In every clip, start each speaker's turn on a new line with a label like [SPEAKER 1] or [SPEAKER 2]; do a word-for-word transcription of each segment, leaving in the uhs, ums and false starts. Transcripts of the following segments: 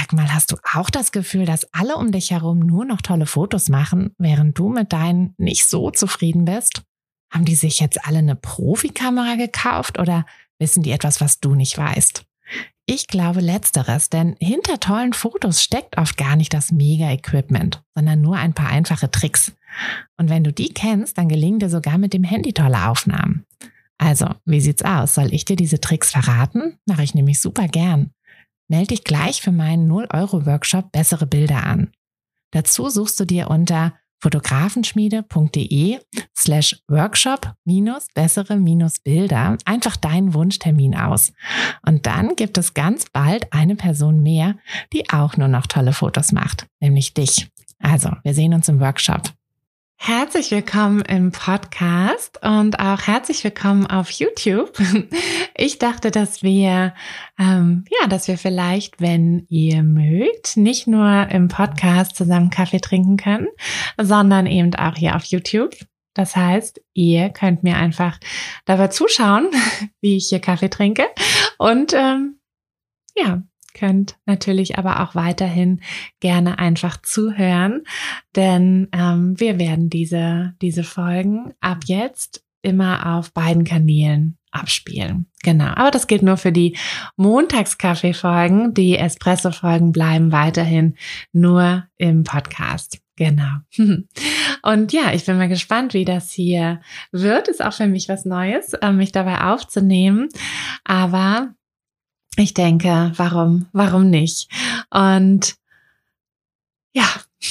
[SPEAKER 1] Sag mal, hast du auch das Gefühl, dass alle um dich herum nur noch tolle Fotos machen, während du mit deinen nicht so zufrieden bist? Haben die sich jetzt alle eine Profikamera gekauft oder wissen die etwas, was du nicht weißt? Ich glaube letzteres, denn hinter tollen Fotos steckt oft gar nicht das Mega-Equipment, sondern nur ein paar einfache Tricks. Und wenn du die kennst, dann gelingen dir sogar mit dem Handy tolle Aufnahmen. Also, wie sieht's aus? Soll ich dir diese Tricks verraten? Mache ich nämlich super gern. Melde dich gleich für meinen null Euro Workshop Bessere Bilder an. Dazu suchst du dir unter fotografenschmiede.de slash Workshop minus bessere minus Bilder einfach deinen Wunschtermin aus. Und dann gibt es ganz bald eine Person mehr, die auch nur noch tolle Fotos macht, nämlich dich. Also, wir sehen uns im Workshop. Herzlich willkommen im Podcast und auch herzlich willkommen auf YouTube. Ich dachte, dass wir, ähm, ja, dass wir vielleicht, wenn ihr mögt, nicht nur im Podcast zusammen Kaffee trinken können, sondern eben auch hier auf YouTube. Das heißt, ihr könnt mir einfach dabei zuschauen, wie ich hier Kaffee trinke und ähm, ja, könnt natürlich aber auch weiterhin gerne einfach zuhören, denn ähm, wir werden diese, diese Folgen ab jetzt immer auf beiden Kanälen abspielen. Genau, aber das gilt nur für die Montagskaffee-Folgen. Die Espresso-Folgen bleiben weiterhin nur im Podcast. Genau. Und ja, ich bin mal gespannt, wie das hier wird. Ist auch für mich was Neues, mich dabei aufzunehmen, aber ich denke, warum, warum nicht? Und ja,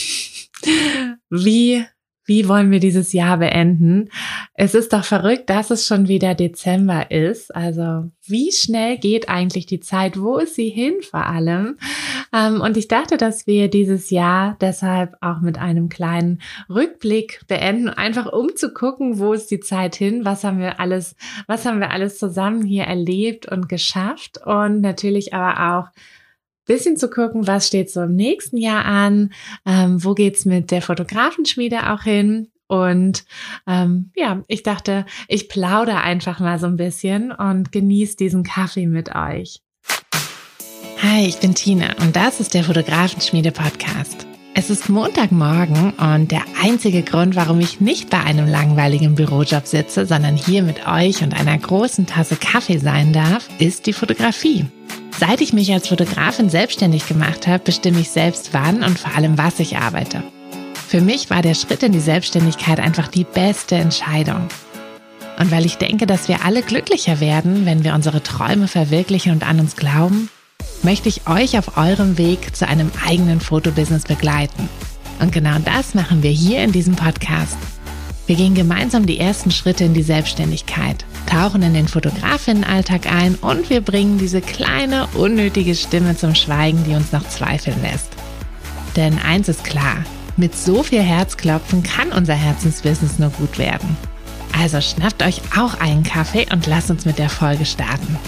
[SPEAKER 1] wie, wie wollen wir dieses Jahr beenden? Es ist doch verrückt, dass es schon wieder Dezember ist. Also wie schnell geht eigentlich die Zeit? Wo ist sie hin vor allem? Und ich dachte, dass wir dieses Jahr deshalb auch mit einem kleinen Rückblick beenden, einfach um zu gucken, wo ist die Zeit hin? Was haben wir alles, was haben wir alles zusammen hier erlebt und geschafft? Und natürlich aber auch bisschen zu gucken, was steht so im nächsten Jahr an, ähm, wo geht's mit der Fotografenschmiede auch hin und ähm, ja, ich dachte, ich plaudere einfach mal so ein bisschen und genieße diesen Kaffee mit euch. Hi, ich bin Tina und das ist der Fotografenschmiede-Podcast. Es ist Montagmorgen und der einzige Grund, warum ich nicht bei einem langweiligen Bürojob sitze, sondern hier mit euch und einer großen Tasse Kaffee sein darf, ist die Fotografie. Seit ich mich als Fotografin selbstständig gemacht habe, bestimme ich selbst wann und vor allem was ich arbeite. Für mich war der Schritt in die Selbstständigkeit einfach die beste Entscheidung. Und weil ich denke, dass wir alle glücklicher werden, wenn wir unsere Träume verwirklichen und an uns glauben, möchte ich euch auf eurem Weg zu einem eigenen Fotobusiness begleiten. Und genau das machen wir hier in diesem Podcast. Wir gehen gemeinsam die ersten Schritte in die Selbstständigkeit, tauchen in den Fotografinnenalltag ein und wir bringen diese kleine, unnötige Stimme zum Schweigen, die uns noch zweifeln lässt. Denn eins ist klar, mit so viel Herzklopfen kann unser Herzensbusiness nur gut werden. Also schnappt euch auch einen Kaffee und lasst uns mit der Folge starten.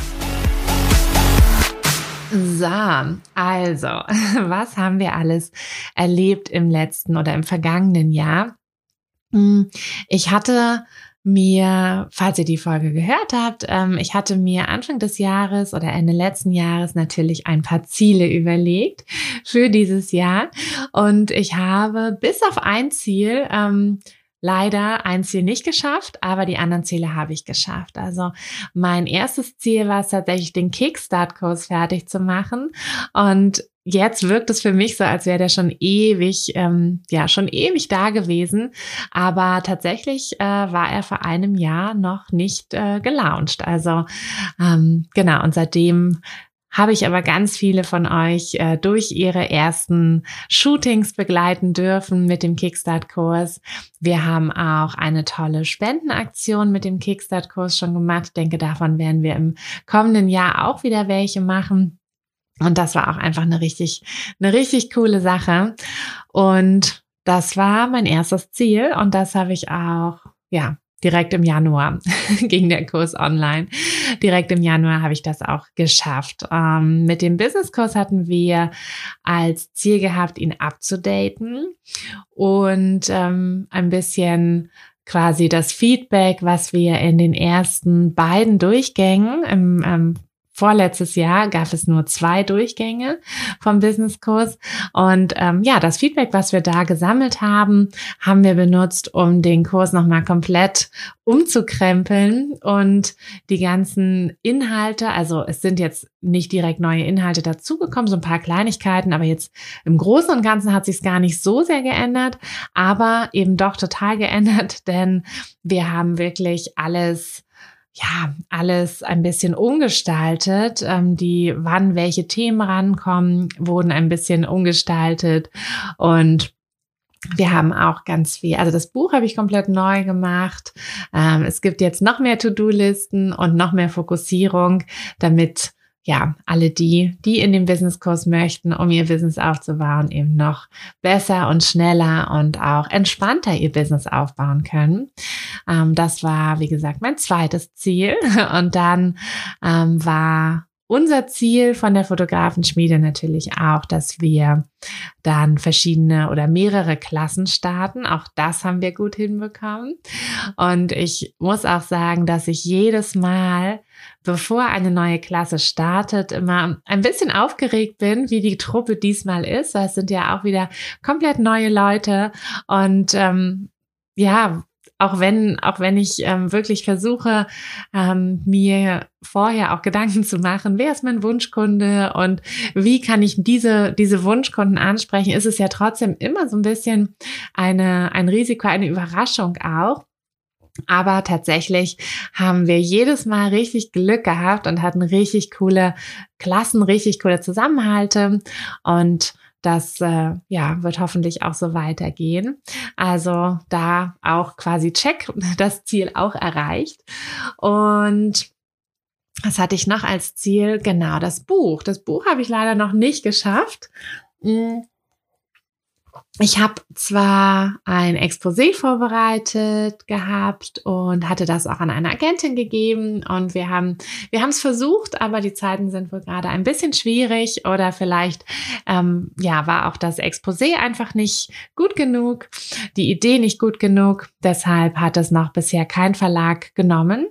[SPEAKER 1] So, also, was haben wir alles erlebt im letzten oder im vergangenen Jahr? Ich hatte mir, falls ihr die Folge gehört habt, ich hatte mir Anfang des Jahres oder Ende letzten Jahres natürlich ein paar Ziele überlegt für dieses Jahr und ich habe bis auf ein Ziel ähm, leider ein Ziel nicht geschafft, aber die anderen Ziele habe ich geschafft. Also mein erstes Ziel war es tatsächlich, den Kickstart-Kurs fertig zu machen und jetzt wirkt es für mich so, als wäre der schon ewig, ähm, ja, schon ewig da gewesen. Aber tatsächlich äh, war er vor einem Jahr noch nicht äh, gelauncht. Also ähm, genau, und seitdem habe ich aber ganz viele von euch äh, durch ihre ersten Shootings begleiten dürfen mit dem Kickstart-Kurs. Wir haben auch eine tolle Spendenaktion mit dem Kickstart-Kurs schon gemacht. Ich denke, davon werden wir im kommenden Jahr auch wieder welche machen. Und das war auch einfach eine richtig, eine richtig coole Sache. Und das war mein erstes Ziel. Und das habe ich auch, ja, direkt im Januar ging der Kurs online. Direkt im Januar habe ich das auch geschafft. Ähm, mit dem Business-Kurs hatten wir als Ziel gehabt, ihn abzudaten und ähm, ein bisschen quasi das Feedback, was wir in den ersten beiden Durchgängen im ähm, vorletztes Jahr gab es nur zwei Durchgänge vom Businesskurs und ähm, ja, das Feedback, was wir da gesammelt haben, haben wir benutzt, um den Kurs nochmal komplett umzukrempeln und die ganzen Inhalte, also es sind jetzt nicht direkt neue Inhalte dazugekommen, so ein paar Kleinigkeiten, aber jetzt im Großen und Ganzen hat sich es gar nicht so sehr geändert, aber eben doch total geändert, denn wir haben wirklich alles ja, alles ein bisschen umgestaltet. Ähm, die, wann welche Themen rankommen, wurden ein bisschen umgestaltet und wir haben auch ganz viel, also das Buch habe ich komplett neu gemacht. Ähm, es gibt jetzt noch mehr To-Do-Listen und noch mehr Fokussierung, damit ja, alle die, die in den Businesskurs möchten, um ihr Business aufzubauen, eben noch besser und schneller und auch entspannter ihr Business aufbauen können. Ähm, das war, wie gesagt, mein zweites Ziel. Und dann ähm, war unser Ziel von der Fotografenschmiede natürlich auch, dass wir dann verschiedene oder mehrere Klassen starten. Auch das haben wir gut hinbekommen. Und ich muss auch sagen, dass ich jedes Mal, bevor eine neue Klasse startet, immer ein bisschen aufgeregt bin, wie die Truppe diesmal ist, weil es sind ja auch wieder komplett neue Leute und ähm, ja, auch wenn, auch wenn ich ähm, wirklich versuche, ähm, mir vorher auch Gedanken zu machen, wer ist mein Wunschkunde und wie kann ich diese, diese Wunschkunden ansprechen, ist es ja trotzdem immer so ein bisschen eine, ein Risiko, eine Überraschung auch. Aber tatsächlich haben wir jedes Mal richtig Glück gehabt und hatten richtig coole Klassen, richtig coole Zusammenhalte und das äh, ja, wird hoffentlich auch so weitergehen. Also da auch quasi check, das Ziel auch erreicht. Und was hatte ich noch als Ziel? Genau, das Buch. Das Buch habe ich leider noch nicht geschafft. Ich habe zwar ein Exposé vorbereitet gehabt und hatte das auch an eine Agentin gegeben und wir haben wir haben es versucht, aber die Zeiten sind wohl gerade ein bisschen schwierig oder vielleicht ähm, ja war auch das Exposé einfach nicht gut genug, die Idee nicht gut genug. Deshalb hat es noch bisher kein Verlag genommen.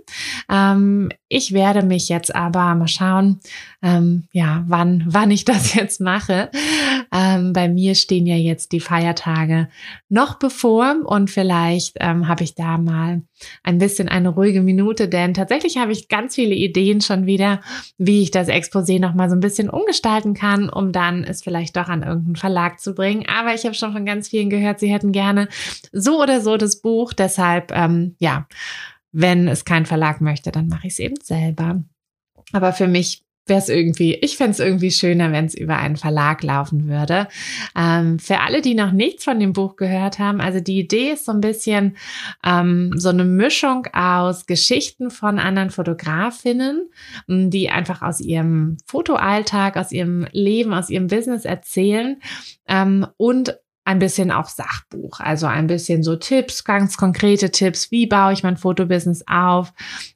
[SPEAKER 1] Ähm, ich werde mich jetzt aber mal schauen, ähm, ja wann wann ich das jetzt mache. Ähm, bei mir stehen ja jetzt die Feiertage noch bevor und vielleicht ähm, habe ich da mal ein bisschen eine ruhige Minute, denn tatsächlich habe ich ganz viele Ideen schon wieder, wie ich das Exposé noch mal so ein bisschen umgestalten kann, um dann es vielleicht doch an irgendeinen Verlag zu bringen. Aber ich habe schon von ganz vielen gehört, sie hätten gerne so oder so das Buch. Deshalb, ähm, ja, wenn es kein Verlag möchte, dann mache ich es eben selber. Aber für mich wäre es irgendwie, ich fände es irgendwie schöner, wenn es über einen Verlag laufen würde. Ähm, für alle, die noch nichts von dem Buch gehört haben, also die Idee ist so ein bisschen ähm, so eine Mischung aus Geschichten von anderen Fotografinnen, die einfach aus ihrem Fotoalltag, aus ihrem Leben, aus ihrem Business erzählen ähm, und ein bisschen auch Sachbuch, also ein bisschen so Tipps, ganz konkrete Tipps, wie baue ich mein Fotobusiness auf,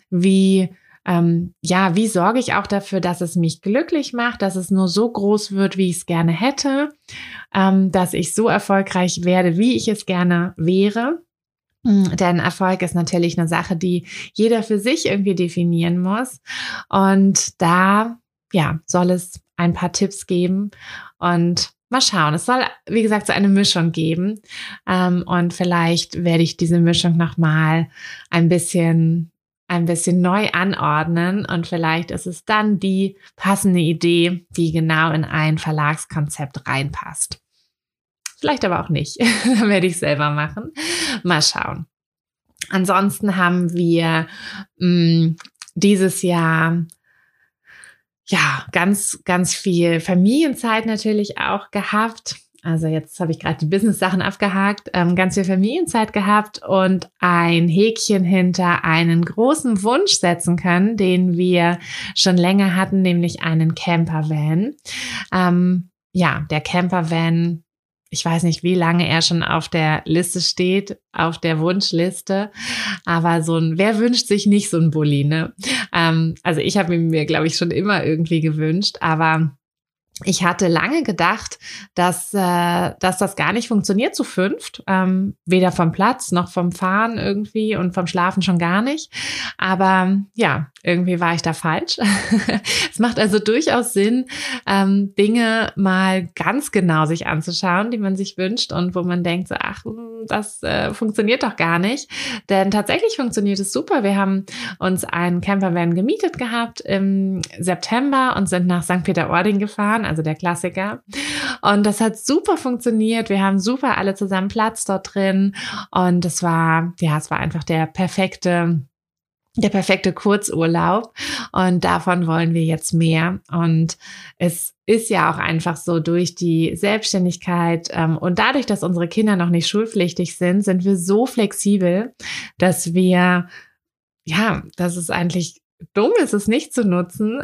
[SPEAKER 1] wie Ähm, ja, wie sorge ich auch dafür, dass es mich glücklich macht, dass es nur so groß wird, wie ich es gerne hätte, ähm, dass ich so erfolgreich werde, wie ich es gerne wäre. Denn Erfolg ist natürlich eine Sache, die jeder für sich irgendwie definieren muss. Und da, ja, soll es ein paar Tipps geben und mal schauen. Es soll, wie gesagt, so eine Mischung geben. Ähm, und vielleicht werde ich diese Mischung nochmal ein bisschen ein bisschen neu anordnen und vielleicht ist es dann die passende Idee, die genau in ein Verlagskonzept reinpasst. Vielleicht aber auch nicht. Dann werde ich es selber machen. Mal schauen. Ansonsten haben wir mh, dieses Jahr ja ganz, ganz viel Familienzeit natürlich auch gehabt. Also jetzt habe ich gerade die Business-Sachen abgehakt, ähm, ganz viel Familienzeit gehabt und ein Häkchen hinter einen großen Wunsch setzen können, den wir schon länger hatten, nämlich einen Campervan. Ähm, ja, der Campervan, ich weiß nicht, wie lange er schon auf der Liste steht, auf der Wunschliste, aber so ein, wer wünscht sich nicht so ein Bulli, ne? Ähm, also ich habe ihn mir, glaube ich, schon immer irgendwie gewünscht, aber Ich hatte lange gedacht, dass, äh, dass das gar nicht funktioniert zu fünft, ähm, weder vom Platz noch vom Fahren irgendwie und vom Schlafen schon gar nicht. Aber ja, irgendwie war ich da falsch. Es macht also durchaus Sinn, ähm, Dinge mal ganz genau sich anzuschauen, die man sich wünscht und wo man denkt, so, ach, das äh, funktioniert doch gar nicht. Denn tatsächlich funktioniert es super. Wir haben uns einen Campervan gemietet gehabt im September und sind nach Sankt Peter-Ording gefahren, also der Klassiker. Und das hat super funktioniert. Wir haben super alle zusammen Platz dort drin. Und es war, ja, es war einfach der perfekte, der perfekte Kurzurlaub. Und davon wollen wir jetzt mehr. Und es ist ja auch einfach so, durch die Selbstständigkeit ähm, und dadurch, dass unsere Kinder noch nicht schulpflichtig sind, sind wir so flexibel, dass wir, ja, dass es eigentlich dumm ist, es nicht zu nutzen,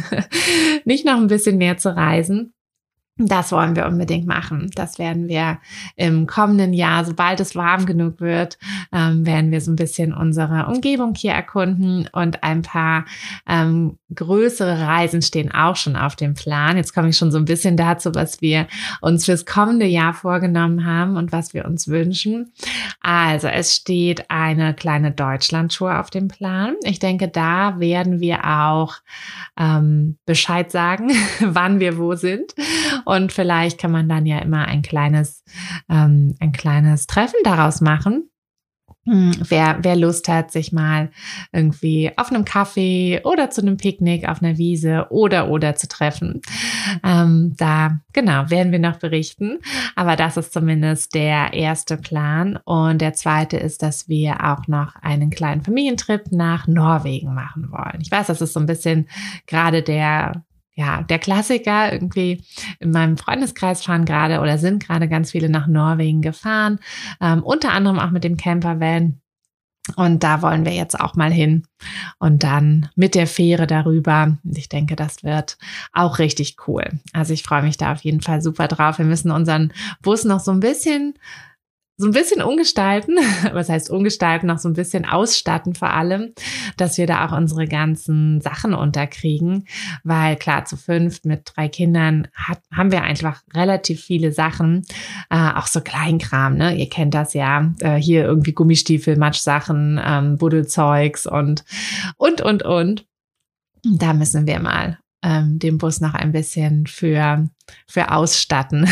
[SPEAKER 1] nicht noch ein bisschen mehr zu reisen. Das wollen wir unbedingt machen. Das werden wir im kommenden Jahr, sobald es warm genug wird, ähm, werden wir so ein bisschen unsere Umgebung hier erkunden und ein paar ähm, größere Reisen stehen auch schon auf dem Plan. Jetzt komme ich schon so ein bisschen dazu, was wir uns fürs kommende Jahr vorgenommen haben und was wir uns wünschen. Also es steht eine kleine Deutschland-Tour auf dem Plan. Ich denke, da werden wir auch ähm, Bescheid sagen, wann wir wo sind. Und vielleicht kann man dann ja immer ein kleines, ähm, ein kleines Treffen daraus machen. Hm, wer, wer Lust hat, sich mal irgendwie auf einem Kaffee oder zu einem Picknick auf einer Wiese oder oder zu treffen. Ähm, da, genau, werden wir noch berichten. Aber das ist zumindest der erste Plan. Und der zweite ist, dass wir auch noch einen kleinen Familientrip nach Norwegen machen wollen. Ich weiß, das ist so ein bisschen gerade der Ja, der Klassiker. Irgendwie in meinem Freundeskreis fahren gerade oder sind gerade ganz viele nach Norwegen gefahren, ähm, unter anderem auch mit dem Campervan. Und da wollen wir jetzt auch mal hin und dann mit der Fähre darüber. Ich denke, das wird auch richtig cool. Also ich freue mich da auf jeden Fall super drauf. Wir müssen unseren Bus noch so ein bisschen so ein bisschen umgestalten, was heißt umgestalten, noch so ein bisschen ausstatten vor allem, dass wir da auch unsere ganzen Sachen unterkriegen, weil klar, zu fünft mit drei Kindern hat, haben wir einfach relativ viele Sachen, äh, auch so Kleinkram, ne? Ihr kennt das ja, äh, hier irgendwie Gummistiefel, Matschsachen, ähm, Buddelzeugs und, und, und, und. Da müssen wir mal ähm, den Bus noch ein bisschen für, für ausstatten,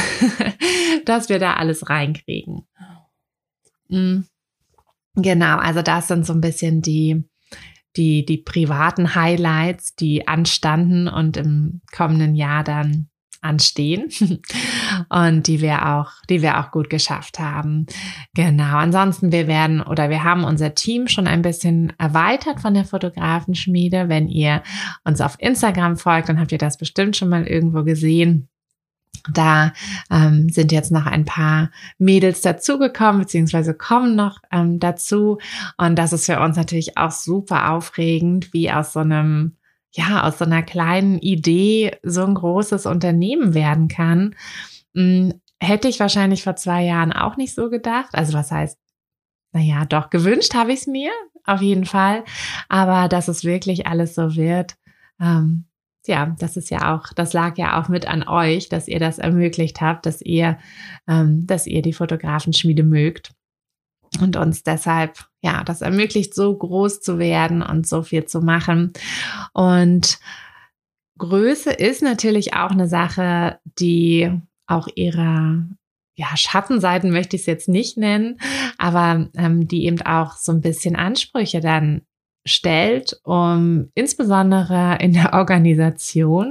[SPEAKER 1] dass wir da alles reinkriegen. Genau, also das sind so ein bisschen die, die, die privaten Highlights, die anstanden und im kommenden Jahr dann anstehen und die wir auch, die wir auch gut geschafft haben. Genau, ansonsten wir werden oder wir haben unser Team schon ein bisschen erweitert von der Fotografenschmiede. Wenn ihr uns auf Instagram folgt, dann habt ihr das bestimmt schon mal irgendwo gesehen. Da ähm, sind jetzt noch ein paar Mädels dazugekommen, beziehungsweise kommen noch ähm, dazu. Und das ist für uns natürlich auch super aufregend, wie aus so einem, ja, aus so einer kleinen Idee so ein großes Unternehmen werden kann. Hm, hätte ich wahrscheinlich vor zwei Jahren auch nicht so gedacht. Also was heißt, naja, doch gewünscht habe ich es mir, auf jeden Fall. Aber dass es wirklich alles so wird, ähm, ja, das ist ja auch, das lag ja auch mit an euch, dass ihr das ermöglicht habt, dass ihr, ähm, dass ihr die Fotografenschmiede mögt und uns deshalb, ja, das ermöglicht, so groß zu werden und so viel zu machen. Und Größe ist natürlich auch eine Sache, die auch ihre, ja, Schattenseiten möchte ich es jetzt nicht nennen, aber ähm, die eben auch so ein bisschen Ansprüche dann stellt, um insbesondere in der Organisation.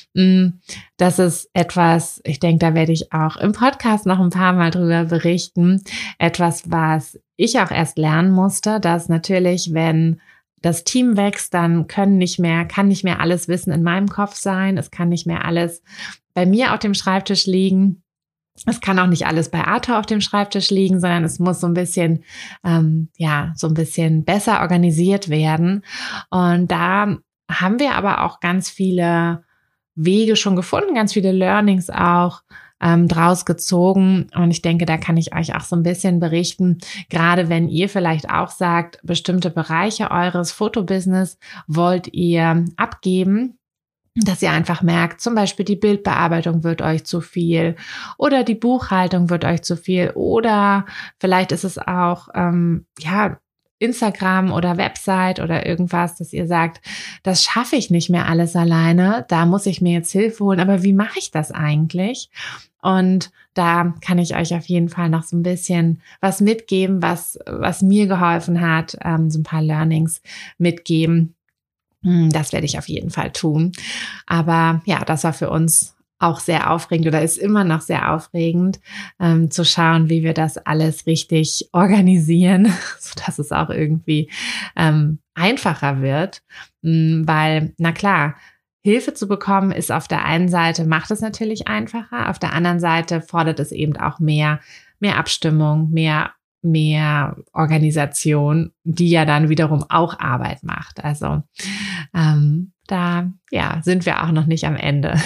[SPEAKER 1] Das ist etwas, ich denke, da werde ich auch im Podcast noch ein paar Mal drüber berichten, etwas, was ich auch erst lernen musste, dass natürlich, wenn das Team wächst, dann können nicht mehr, kann nicht mehr alles Wissen in meinem Kopf sein, es kann nicht mehr alles bei mir auf dem Schreibtisch liegen. Es kann auch nicht alles bei Arthur auf dem Schreibtisch liegen, sondern es muss so ein bisschen, ähm, ja, so ein bisschen besser organisiert werden. Und da haben wir aber auch ganz viele Wege schon gefunden, ganz viele Learnings auch ähm, draus gezogen. Und ich denke, da kann ich euch auch so ein bisschen berichten, gerade wenn ihr vielleicht auch sagt, bestimmte Bereiche eures Fotobusiness wollt ihr abgeben. dass ihr einfach merkt, zum Beispiel die Bildbearbeitung wird euch zu viel oder die Buchhaltung wird euch zu viel oder vielleicht ist es auch, ähm, ja, Instagram oder Website oder irgendwas, dass ihr sagt, das schaffe ich nicht mehr alles alleine, da muss ich mir jetzt Hilfe holen, aber wie mache ich das eigentlich? Und da kann ich euch auf jeden Fall noch so ein bisschen was mitgeben, was, was mir geholfen hat, ähm, so ein paar Learnings mitgeben. Das werde ich auf jeden Fall tun. Aber ja, das war für uns auch sehr aufregend oder ist immer noch sehr aufregend, ähm, zu schauen, wie wir das alles richtig organisieren, sodass es auch irgendwie ähm, einfacher wird. Weil, na klar, Hilfe zu bekommen ist auf der einen Seite, macht es natürlich einfacher, auf der anderen Seite fordert es eben auch mehr, mehr Abstimmung, mehr mehr Organisation, die ja dann wiederum auch Arbeit macht. Also ähm, da ja sind wir auch noch nicht am Ende.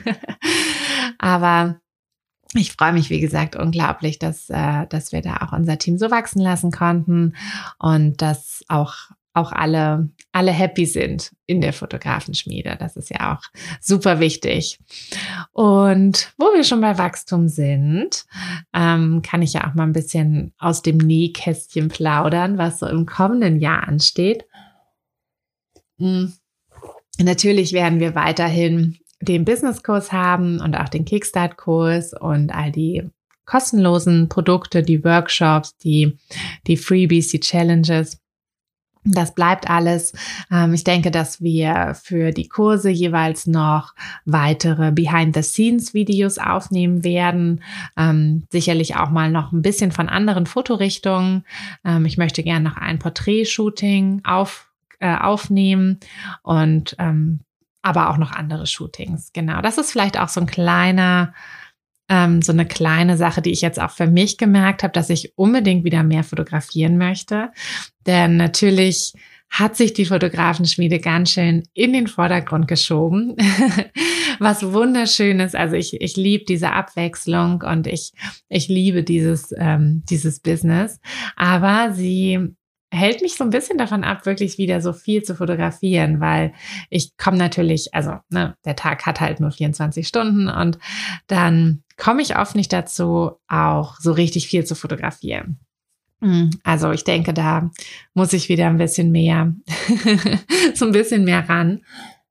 [SPEAKER 1] Aber ich freue mich, wie gesagt, unglaublich, dass, äh, dass wir da auch unser Team so wachsen lassen konnten und dass auch auch alle, alle happy sind in der Fotografenschmiede. Das ist ja auch super wichtig. Und wo wir schon bei Wachstum sind, ähm, kann ich ja auch mal ein bisschen aus dem Nähkästchen plaudern, was so im kommenden Jahr ansteht. Mhm. Natürlich werden wir weiterhin den Businesskurs haben und auch den Kickstart-Kurs und all die kostenlosen Produkte, die Workshops, die, die Freebies, die Challenges. Das bleibt alles. Ich denke, dass wir für die Kurse jeweils noch weitere Behind-the-Scenes-Videos aufnehmen werden. Sicherlich auch mal noch ein bisschen von anderen Fotorichtungen. Ich möchte gerne noch ein Porträt-Shooting auf, äh, aufnehmen und aber auch noch andere Shootings. Genau, das ist vielleicht auch so ein kleiner so eine kleine Sache, die ich jetzt auch für mich gemerkt habe, dass ich unbedingt wieder mehr fotografieren möchte. Denn natürlich hat sich die Fotografenschmiede ganz schön in den Vordergrund geschoben. Was wunderschönes. Also ich, ich liebe diese Abwechslung und ich, ich liebe dieses, ähm, dieses Business. Aber sie hält mich so ein bisschen davon ab, wirklich wieder so viel zu fotografieren, weil ich komme natürlich, also ne, der Tag hat halt nur vierundzwanzig Stunden und dann komme ich oft nicht dazu, auch so richtig viel zu fotografieren. Also ich denke, da muss ich wieder ein bisschen mehr, so ein bisschen mehr ran,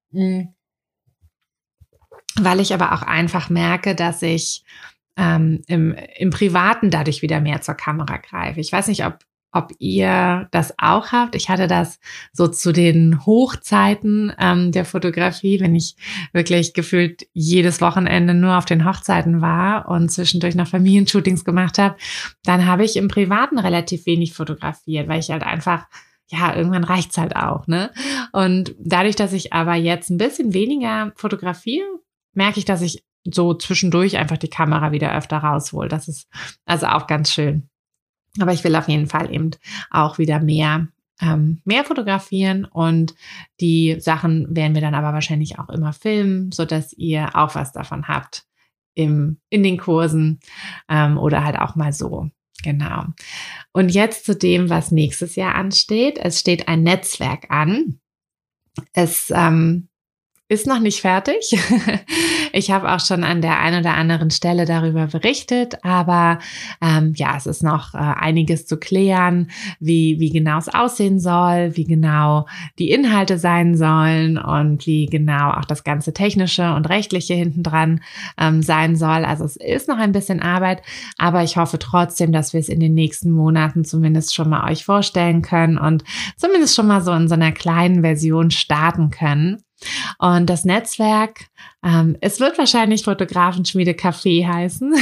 [SPEAKER 1] weil ich aber auch einfach merke, dass ich ähm, im, im Privaten dadurch wieder mehr zur Kamera greife. Ich weiß nicht, ob ob ihr das auch habt. Ich hatte das so zu den Hochzeiten ähm, der Fotografie, wenn ich wirklich gefühlt jedes Wochenende nur auf den Hochzeiten war und zwischendurch noch Familienshootings gemacht habe, dann habe ich im Privaten relativ wenig fotografiert, weil ich halt einfach, ja, irgendwann reicht's halt auch, ne? Und dadurch, dass ich aber jetzt ein bisschen weniger fotografiere, merke ich, dass ich so zwischendurch einfach die Kamera wieder öfter raushole. Das ist also auch ganz schön. Aber ich will auf jeden Fall eben auch wieder mehr, ähm, mehr fotografieren und die Sachen werden wir dann aber wahrscheinlich auch immer filmen, sodass ihr auch was davon habt im, in den Kursen ähm, oder halt auch mal so. Genau. Und jetzt zu dem, was nächstes Jahr ansteht. Es steht ein Netzwerk an. Es ähm, ist noch nicht fertig. Ich habe auch schon an der einen oder anderen Stelle darüber berichtet, aber ähm, ja, es ist noch äh, einiges zu klären, wie, wie genau es aussehen soll, wie genau die Inhalte sein sollen und wie genau auch das ganze Technische und Rechtliche hintendran ähm, sein soll. Also es ist noch ein bisschen Arbeit, aber ich hoffe trotzdem, dass wir es in den nächsten Monaten zumindest schon mal euch vorstellen können und zumindest schon mal so in so einer kleinen Version starten können. Und das Netzwerk, ähm, es wird wahrscheinlich Fotografenschmiede Café heißen,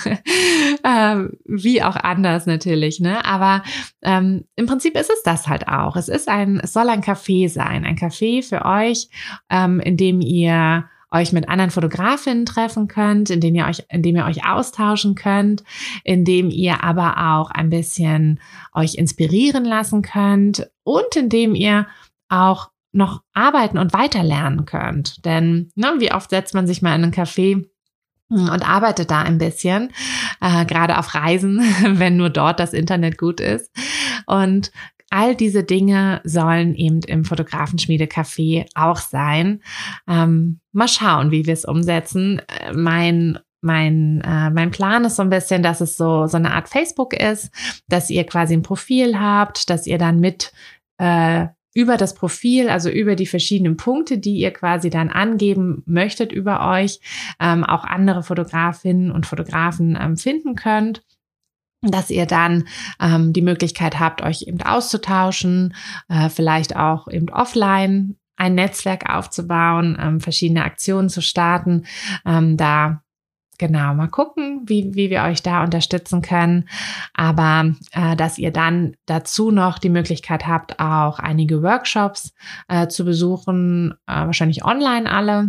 [SPEAKER 1] ähm, wie auch anders natürlich, ne? Aber ähm, im Prinzip ist es das halt auch. Es ist ein, es soll ein Café sein, ein Café für euch, ähm, in dem ihr euch mit anderen Fotografinnen treffen könnt, in dem ihr euch, in dem ihr euch austauschen könnt, in dem ihr aber auch ein bisschen euch inspirieren lassen könnt und in dem ihr auch noch arbeiten und weiterlernen könnt. Denn ne, wie oft setzt man sich mal in einen Café und arbeitet da ein bisschen, äh, gerade auf Reisen, wenn nur dort das Internet gut ist. Und all diese Dinge sollen eben im Fotografenschmiede-Café auch sein. Ähm, mal schauen, wie wir es umsetzen. Mein Mein, äh, mein Plan ist so ein bisschen, dass es so, so eine Art Facebook ist, dass ihr quasi ein Profil habt, dass ihr dann mit äh, über das Profil, also über die verschiedenen Punkte, die ihr quasi dann angeben möchtet über euch, ähm, auch andere Fotografinnen und Fotografen ähm, finden könnt. Dass ihr dann ähm, die Möglichkeit habt, euch eben auszutauschen, äh, vielleicht auch eben offline ein Netzwerk aufzubauen, ähm, verschiedene Aktionen zu starten, ähm, da Genau, mal gucken, wie, wie wir euch da unterstützen können. Aber äh, dass ihr dann dazu noch die Möglichkeit habt, auch einige Workshops äh, zu besuchen, äh, wahrscheinlich online alle,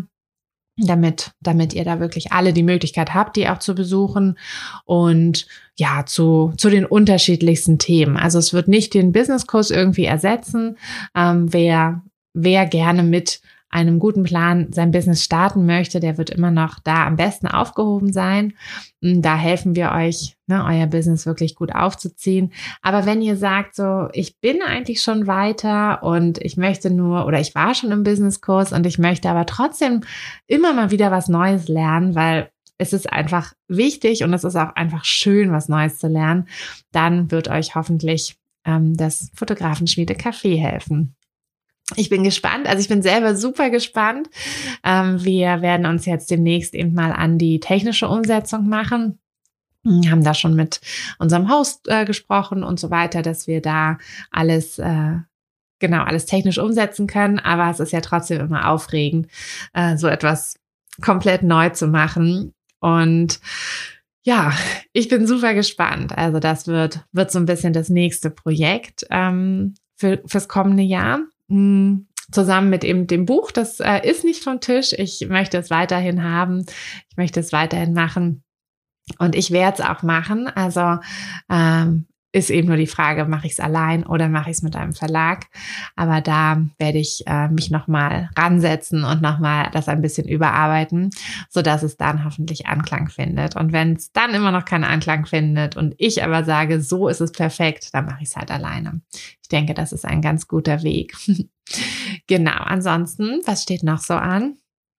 [SPEAKER 1] damit, damit ihr da wirklich alle die Möglichkeit habt, die auch zu besuchen. Und ja, zu, zu den unterschiedlichsten Themen. Also es wird nicht den Businesskurs irgendwie ersetzen. Ähm, wer, wer gerne mit einem guten Plan sein Business starten möchte, der wird immer noch da am besten aufgehoben sein. Da helfen wir euch, ne, euer Business wirklich gut aufzuziehen. Aber wenn ihr sagt, so, ich bin eigentlich schon weiter und ich möchte nur, oder ich war schon im Businesskurs und ich möchte aber trotzdem immer mal wieder was Neues lernen, weil es ist einfach wichtig und es ist auch einfach schön, was Neues zu lernen, dann wird euch hoffentlich ähm, das Fotografenschmiede-Café helfen. Ich bin gespannt, also ich bin selber super gespannt. Ähm, wir werden uns jetzt demnächst eben mal an die technische Umsetzung machen. Wir haben da schon mit unserem Host äh, gesprochen und so weiter, dass wir da alles, äh, genau, alles technisch umsetzen können. Aber es ist ja trotzdem immer aufregend, äh, so etwas komplett neu zu machen. Und ja, ich bin super gespannt. Also das wird, wird so ein bisschen das nächste Projekt ähm, für, fürs kommende Jahr. Zusammen mit eben dem Buch, das äh, ist nicht vom Tisch. Ich möchte es weiterhin haben. Ich möchte es weiterhin machen. Und ich werde es auch machen. Also ähm, ist eben nur die Frage, mache ich es allein oder mache ich es mit einem Verlag? Aber da werde ich äh, mich nochmal ransetzen und nochmal das ein bisschen überarbeiten, sodass es dann hoffentlich Anklang findet. Und wenn es dann immer noch keinen Anklang findet und ich aber sage, so ist es perfekt, dann mache ich es halt alleine. Ich denke, das ist ein ganz guter Weg. Genau, ansonsten, was steht noch so an?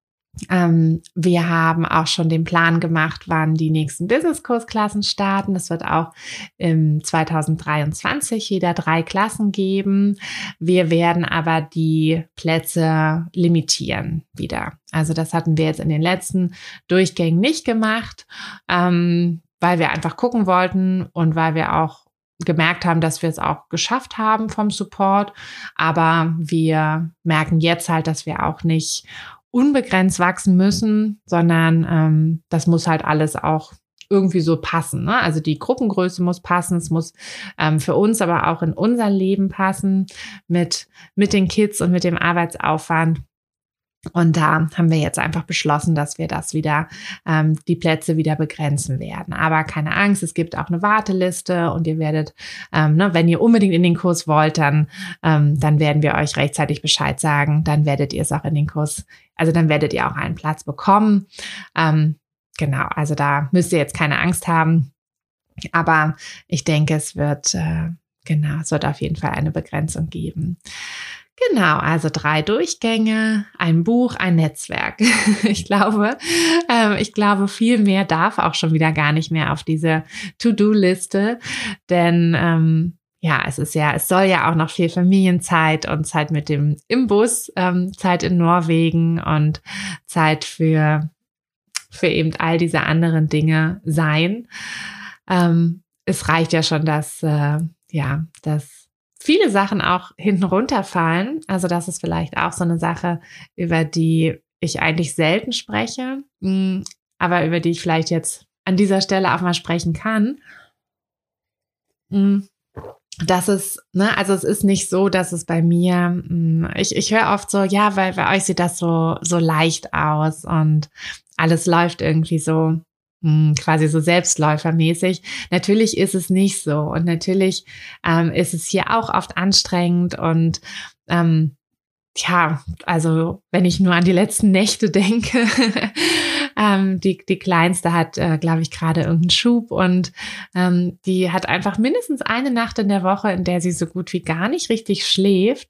[SPEAKER 1] Ähm, wir haben auch schon den Plan gemacht, wann die nächsten Business-Kursklassen starten. Das wird auch im zwanzig dreiundzwanzig wieder drei Klassen geben. Wir werden aber die Plätze limitieren wieder. Also das hatten wir jetzt in den letzten Durchgängen nicht gemacht, ähm, weil wir einfach gucken wollten und weil wir auch gemerkt haben, dass wir es auch geschafft haben vom Support. Aber wir merken jetzt halt, dass wir auch nicht unbegrenzt wachsen müssen, sondern ähm, das muss halt alles auch irgendwie so passen. Ne? Also die Gruppengröße muss passen, es muss ähm, für uns aber auch in unser Leben passen mit, mit den Kids und mit dem Arbeitsaufwand. Und da haben wir jetzt einfach beschlossen, dass wir das wieder, ähm, die Plätze wieder begrenzen werden. Aber keine Angst, es gibt auch eine Warteliste und ihr werdet, ähm, ne, wenn ihr unbedingt in den Kurs wollt, dann, ähm, dann werden wir euch rechtzeitig Bescheid sagen. Dann werdet ihr es auch in den Kurs, also dann werdet ihr auch einen Platz bekommen. Ähm, genau, also da müsst ihr jetzt keine Angst haben. Aber ich denke, es wird, äh, genau, es wird auf jeden Fall eine Begrenzung geben. Genau, also drei Durchgänge, ein Buch, ein Netzwerk. Ich glaube, ähm, ich glaube, viel mehr darf auch schon wieder gar nicht mehr auf diese To-Do-Liste, denn ähm, ja, es ist ja, es soll ja auch noch viel Familienzeit und Zeit mit dem im Bus, ähm, Zeit in Norwegen und Zeit für für eben all diese anderen Dinge sein. Ähm, es reicht ja schon, dass äh, ja, dass viele Sachen auch hinten runterfallen. Also das ist vielleicht auch so eine Sache, über die ich eigentlich selten spreche, aber über die ich vielleicht jetzt an dieser Stelle auch mal sprechen kann. Das ist, ne, also es ist nicht so, dass es bei mir, ich, ich höre oft so, ja, weil bei euch sieht das so, so leicht aus und alles läuft irgendwie so quasi so selbstläufermäßig. Natürlich ist es nicht so und natürlich ähm, ist es hier auch oft anstrengend und ähm, ja, also wenn ich nur an die letzten Nächte denke, ähm, die, die Kleinste hat, äh, glaube ich, gerade irgendeinen Schub und ähm, die hat einfach mindestens eine Nacht in der Woche, in der sie so gut wie gar nicht richtig schläft.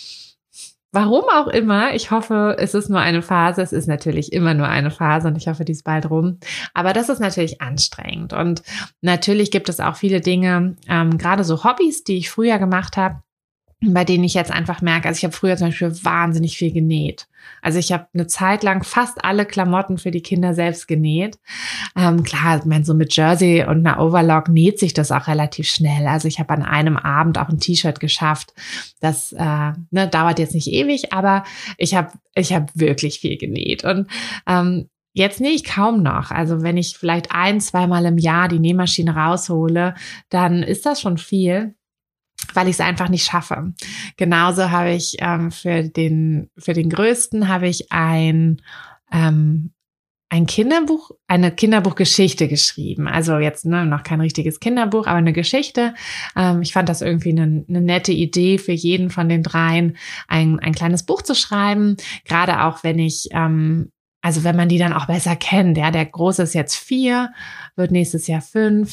[SPEAKER 1] Warum auch immer, ich hoffe, es ist nur eine Phase, es ist natürlich immer nur eine Phase und ich hoffe, die ist bald rum, aber das ist natürlich anstrengend und natürlich gibt es auch viele Dinge, ähm, gerade so Hobbys, die ich früher gemacht habe, bei denen ich jetzt einfach merke, also ich habe früher zum Beispiel wahnsinnig viel genäht. Also ich habe eine Zeit lang fast alle Klamotten für die Kinder selbst genäht. Ähm, klar, ich meine, so mit Jersey und einer Overlock näht sich das auch relativ schnell. Also ich habe an einem Abend auch ein T-Shirt geschafft. Das äh, ne, dauert jetzt nicht ewig, aber ich habe ich hab wirklich viel genäht. Und ähm, jetzt nähe ich kaum noch. Also wenn ich vielleicht ein, zweimal im Jahr die Nähmaschine raushole, dann ist das schon viel, weil ich es einfach nicht schaffe. Genauso habe ich ähm, für den für den Größten habe ich ein ähm, ein Kinderbuch, eine Kinderbuchgeschichte geschrieben. Also jetzt ne, noch kein richtiges Kinderbuch, aber eine Geschichte. Ähm, ich fand das irgendwie eine, eine nette Idee für jeden von den dreien, ein ein kleines Buch zu schreiben. Gerade auch wenn ich ähm, also wenn man die dann auch besser kennt. Ja, der Große ist jetzt vier, wird nächstes Jahr fünf.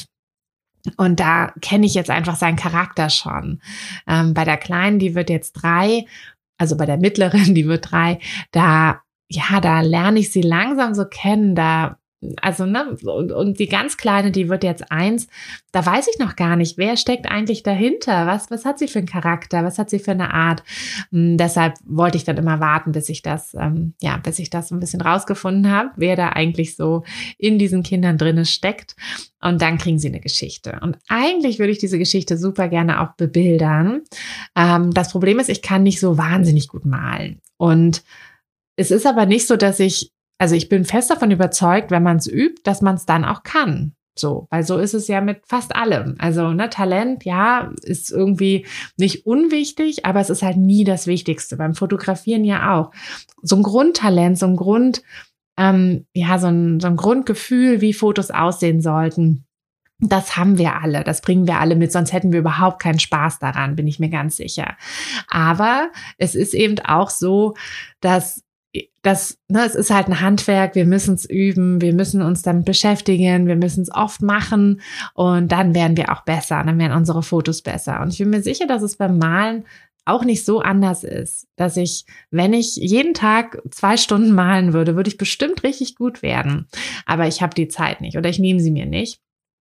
[SPEAKER 1] Und da kenne ich jetzt einfach seinen Charakter schon. Ähm, bei der Kleinen, die wird jetzt drei, also bei der Mittleren, die wird drei, da, ja, da lerne ich sie langsam so kennen, da, also, ne, und, und die ganz Kleine, die wird jetzt eins, da weiß ich noch gar nicht, wer steckt eigentlich dahinter, was, was hat sie für einen Charakter, was hat sie für eine Art, und deshalb wollte ich dann immer warten, bis ich das, ähm, ja, bis ich das ein bisschen rausgefunden habe, wer da eigentlich so in diesen Kindern drinne steckt. Und dann kriegen sie eine Geschichte. Und eigentlich würde ich diese Geschichte super gerne auch bebildern. Ähm, das Problem ist, ich kann nicht so wahnsinnig gut malen. Und es ist aber nicht so, dass ich, also ich bin fest davon überzeugt, wenn man es übt, dass man es dann auch kann. So, weil so ist es ja mit fast allem. Also, ne, Talent, ja, ist irgendwie nicht unwichtig, aber es ist halt nie das Wichtigste. Beim Fotografieren ja auch. So ein Grundtalent, so ein Grund, ähm, ja, so ein, so ein Grundgefühl, wie Fotos aussehen sollten. Das haben wir alle, das bringen wir alle mit, sonst hätten wir überhaupt keinen Spaß daran, bin ich mir ganz sicher. Aber es ist eben auch so, dass das, ne, es ist halt ein Handwerk, wir müssen es üben, wir müssen uns damit beschäftigen, wir müssen es oft machen und dann werden wir auch besser, dann werden unsere Fotos besser. Und ich bin mir sicher, dass es beim Malen auch nicht so anders ist, dass ich, wenn ich jeden Tag zwei Stunden malen würde, würde ich bestimmt richtig gut werden. Aber ich habe die Zeit nicht oder ich nehme sie mir nicht.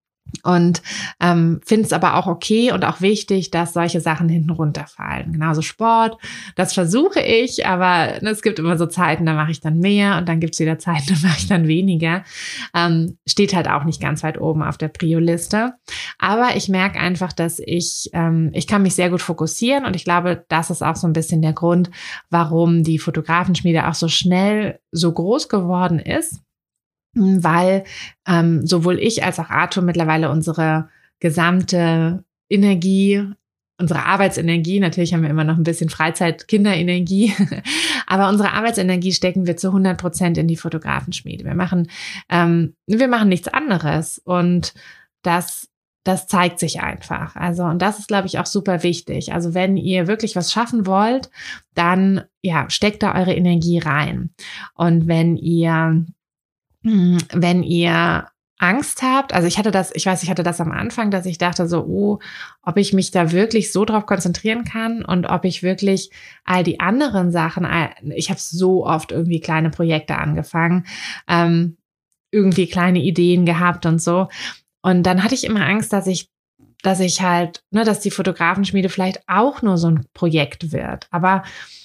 [SPEAKER 1] Und ähm, finde es aber auch okay und auch wichtig, dass solche Sachen hinten runterfallen. Genauso Sport, das versuche ich, aber ne, es gibt immer so Zeiten, da mache ich dann mehr und dann gibt es wieder Zeiten, da mache ich dann weniger. Ähm, steht halt auch nicht ganz weit oben auf der Prio-Liste. Aber ich merke einfach, dass ich, ähm, ich kann mich sehr gut fokussieren und ich glaube, das ist auch so ein bisschen der Grund, warum die Fotografenschmiede auch so schnell so groß geworden ist. Weil ähm, sowohl ich als auch Arthur mittlerweile unsere gesamte Energie, unsere Arbeitsenergie, natürlich haben wir immer noch ein bisschen Freizeit-Kinderenergie, aber unsere Arbeitsenergie stecken wir zu hundert Prozent in die Fotografenschmiede. Wir machen, ähm, wir machen nichts anderes und das Das zeigt sich einfach. Also, und das ist, glaube ich, auch super wichtig. Also, wenn ihr wirklich was schaffen wollt, dann, ja, steckt da eure Energie rein. Und wenn ihr Wenn ihr Angst habt, also ich hatte das, ich weiß, ich hatte das am Anfang, dass ich dachte so, oh, ob ich mich da wirklich so drauf konzentrieren kann und ob ich wirklich all die anderen Sachen, ich habe so oft irgendwie kleine Projekte angefangen, ähm, irgendwie kleine Ideen gehabt und so. Und dann hatte ich immer Angst, dass ich, dass ich halt, ne, dass die Fotografenschmiede vielleicht auch nur so ein Projekt wird. Aber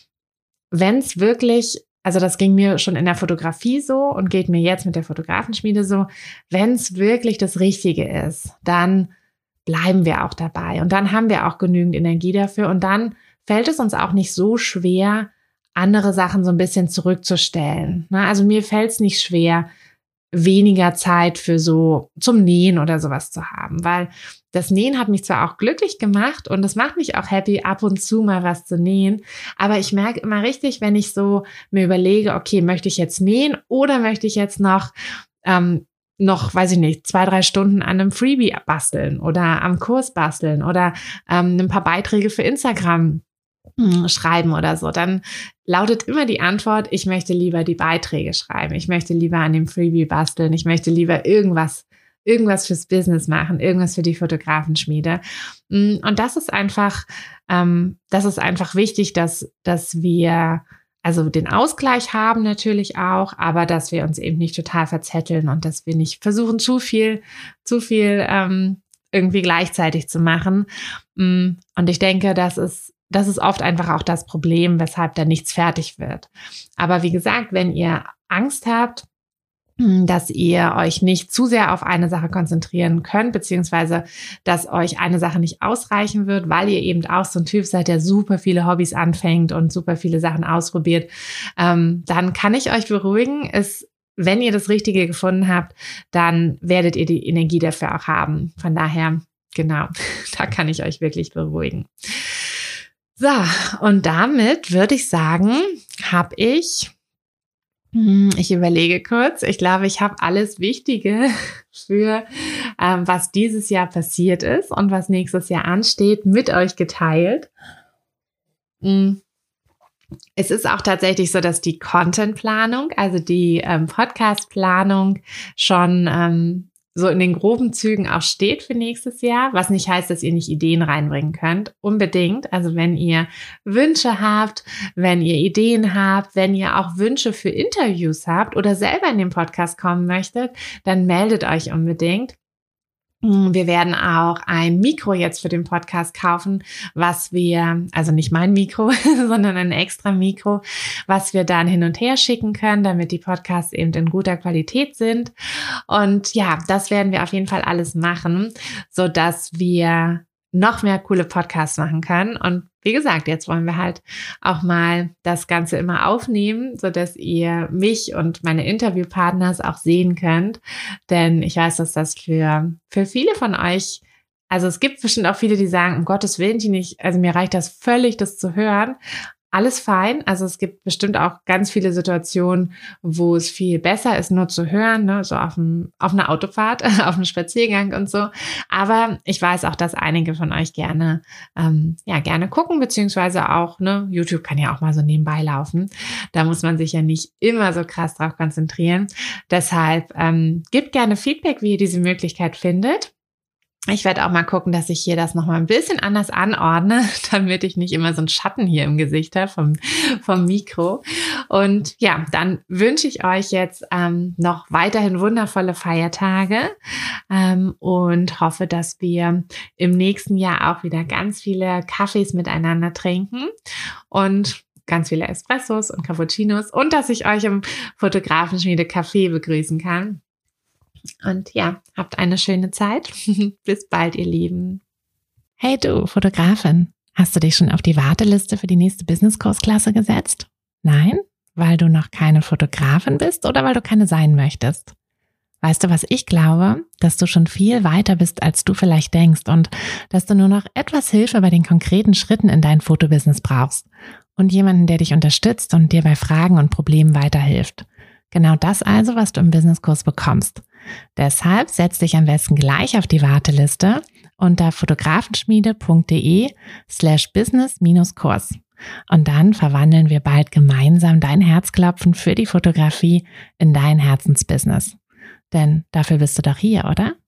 [SPEAKER 1] wenn es wirklich Also das ging mir schon in der Fotografie so und geht mir jetzt mit der Fotografenschmiede so. Wenn es wirklich das Richtige ist, dann bleiben wir auch dabei und dann haben wir auch genügend Energie dafür und dann fällt es uns auch nicht so schwer, andere Sachen so ein bisschen zurückzustellen. Also mir fällt es nicht schwer, weniger Zeit für so zum Nähen oder sowas zu haben, weil das Nähen hat mich zwar auch glücklich gemacht und es macht mich auch happy, ab und zu mal was zu nähen, aber ich merke immer richtig, wenn ich so mir überlege, okay, möchte ich jetzt nähen oder möchte ich jetzt noch, ähm, noch, weiß ich nicht, zwei, drei Stunden an einem Freebie basteln oder am Kurs basteln oder ähm, ein paar Beiträge für Instagram schreiben oder so, dann lautet immer die Antwort, ich möchte lieber die Beiträge schreiben, ich möchte lieber an dem Freebie basteln, ich möchte lieber irgendwas, irgendwas fürs Business machen, irgendwas für die Fotografenschmiede. Und das ist einfach, ähm, das ist einfach wichtig, dass, dass wir also den Ausgleich haben natürlich auch, aber dass wir uns eben nicht total verzetteln und dass wir nicht versuchen, zu viel, zu viel ähm, irgendwie gleichzeitig zu machen. Und ich denke, das ist Das ist oft einfach auch das Problem, weshalb da nichts fertig wird. Aber wie gesagt, wenn ihr Angst habt, dass ihr euch nicht zu sehr auf eine Sache konzentrieren könnt, beziehungsweise dass euch eine Sache nicht ausreichen wird, weil ihr eben auch so ein Typ seid, der super viele Hobbys anfängt und super viele Sachen ausprobiert, ähm, dann kann ich euch beruhigen, es wenn ihr das Richtige gefunden habt, dann werdet ihr die Energie dafür auch haben. Von daher, genau, da kann ich euch wirklich beruhigen. So, und damit würde ich sagen, habe ich, ich überlege kurz, ich glaube, ich habe alles Wichtige für, ähm, was dieses Jahr passiert ist und was nächstes Jahr ansteht, mit euch geteilt. Es ist auch tatsächlich so, dass die Contentplanung, also die ähm, Podcastplanung schon ähm, so in den groben Zügen auch steht für nächstes Jahr, was nicht heißt, dass ihr nicht Ideen reinbringen könnt. Unbedingt. Also wenn ihr Wünsche habt, wenn ihr Ideen habt, wenn ihr auch Wünsche für Interviews habt oder selber in den Podcast kommen möchtet, dann meldet euch unbedingt. Wir werden auch ein Mikro jetzt für den Podcast kaufen, was wir, also nicht mein Mikro, sondern ein extra Mikro, was wir dann hin und her schicken können, damit die Podcasts eben in guter Qualität sind. Und ja, das werden wir auf jeden Fall alles machen, so dass wir noch mehr coole Podcasts machen können. Und wie gesagt, jetzt wollen wir halt auch mal das Ganze immer aufnehmen, so dass ihr mich und meine Interviewpartners auch sehen könnt. Denn ich weiß, dass das für, für viele von euch, also es gibt bestimmt auch viele, die sagen, um Gottes Willen, die nicht, also mir reicht das völlig, das zu hören. Alles fein. Also es gibt bestimmt auch ganz viele Situationen, wo es viel besser ist, nur zu hören, ne? So auf, dem, auf einer Autofahrt, auf einem Spaziergang und so. Aber ich weiß auch, dass einige von euch gerne, ähm, ja, gerne gucken, beziehungsweise auch, ne, YouTube kann ja auch mal so nebenbei laufen. Da muss man sich ja nicht immer so krass drauf konzentrieren. Deshalb ähm, gebt gerne Feedback, wie ihr diese Möglichkeit findet. Ich werde auch mal gucken, dass ich hier das nochmal ein bisschen anders anordne, damit ich nicht immer so einen Schatten hier im Gesicht habe vom, vom Mikro. Und ja, dann wünsche ich euch jetzt ähm, noch weiterhin wundervolle Feiertage ähm, und hoffe, dass wir im nächsten Jahr auch wieder ganz viele Kaffees miteinander trinken und ganz viele Espressos und Cappuccinos und dass ich euch im Fotografenschmiede Café begrüßen kann. Und ja, habt eine schöne Zeit. Bis bald, ihr Lieben. Hey du, Fotografin, hast du dich schon auf die Warteliste für die nächste Business-Kursklasse gesetzt? Nein? Weil du noch keine Fotografin bist oder weil du keine sein möchtest? Weißt du, was ich glaube? Dass du schon viel weiter bist, als du vielleicht denkst und dass du nur noch etwas Hilfe bei den konkreten Schritten in dein Fotobusiness brauchst und jemanden, der dich unterstützt und dir bei Fragen und Problemen weiterhilft. Genau das also, was du im Businesskurs bekommst. Deshalb setz dich am besten gleich auf die Warteliste unter fotografenschmiede.de slash business-kurs. Und dann verwandeln wir bald gemeinsam dein Herzklopfen für die Fotografie in dein Herzensbusiness. Denn dafür bist du doch hier, oder?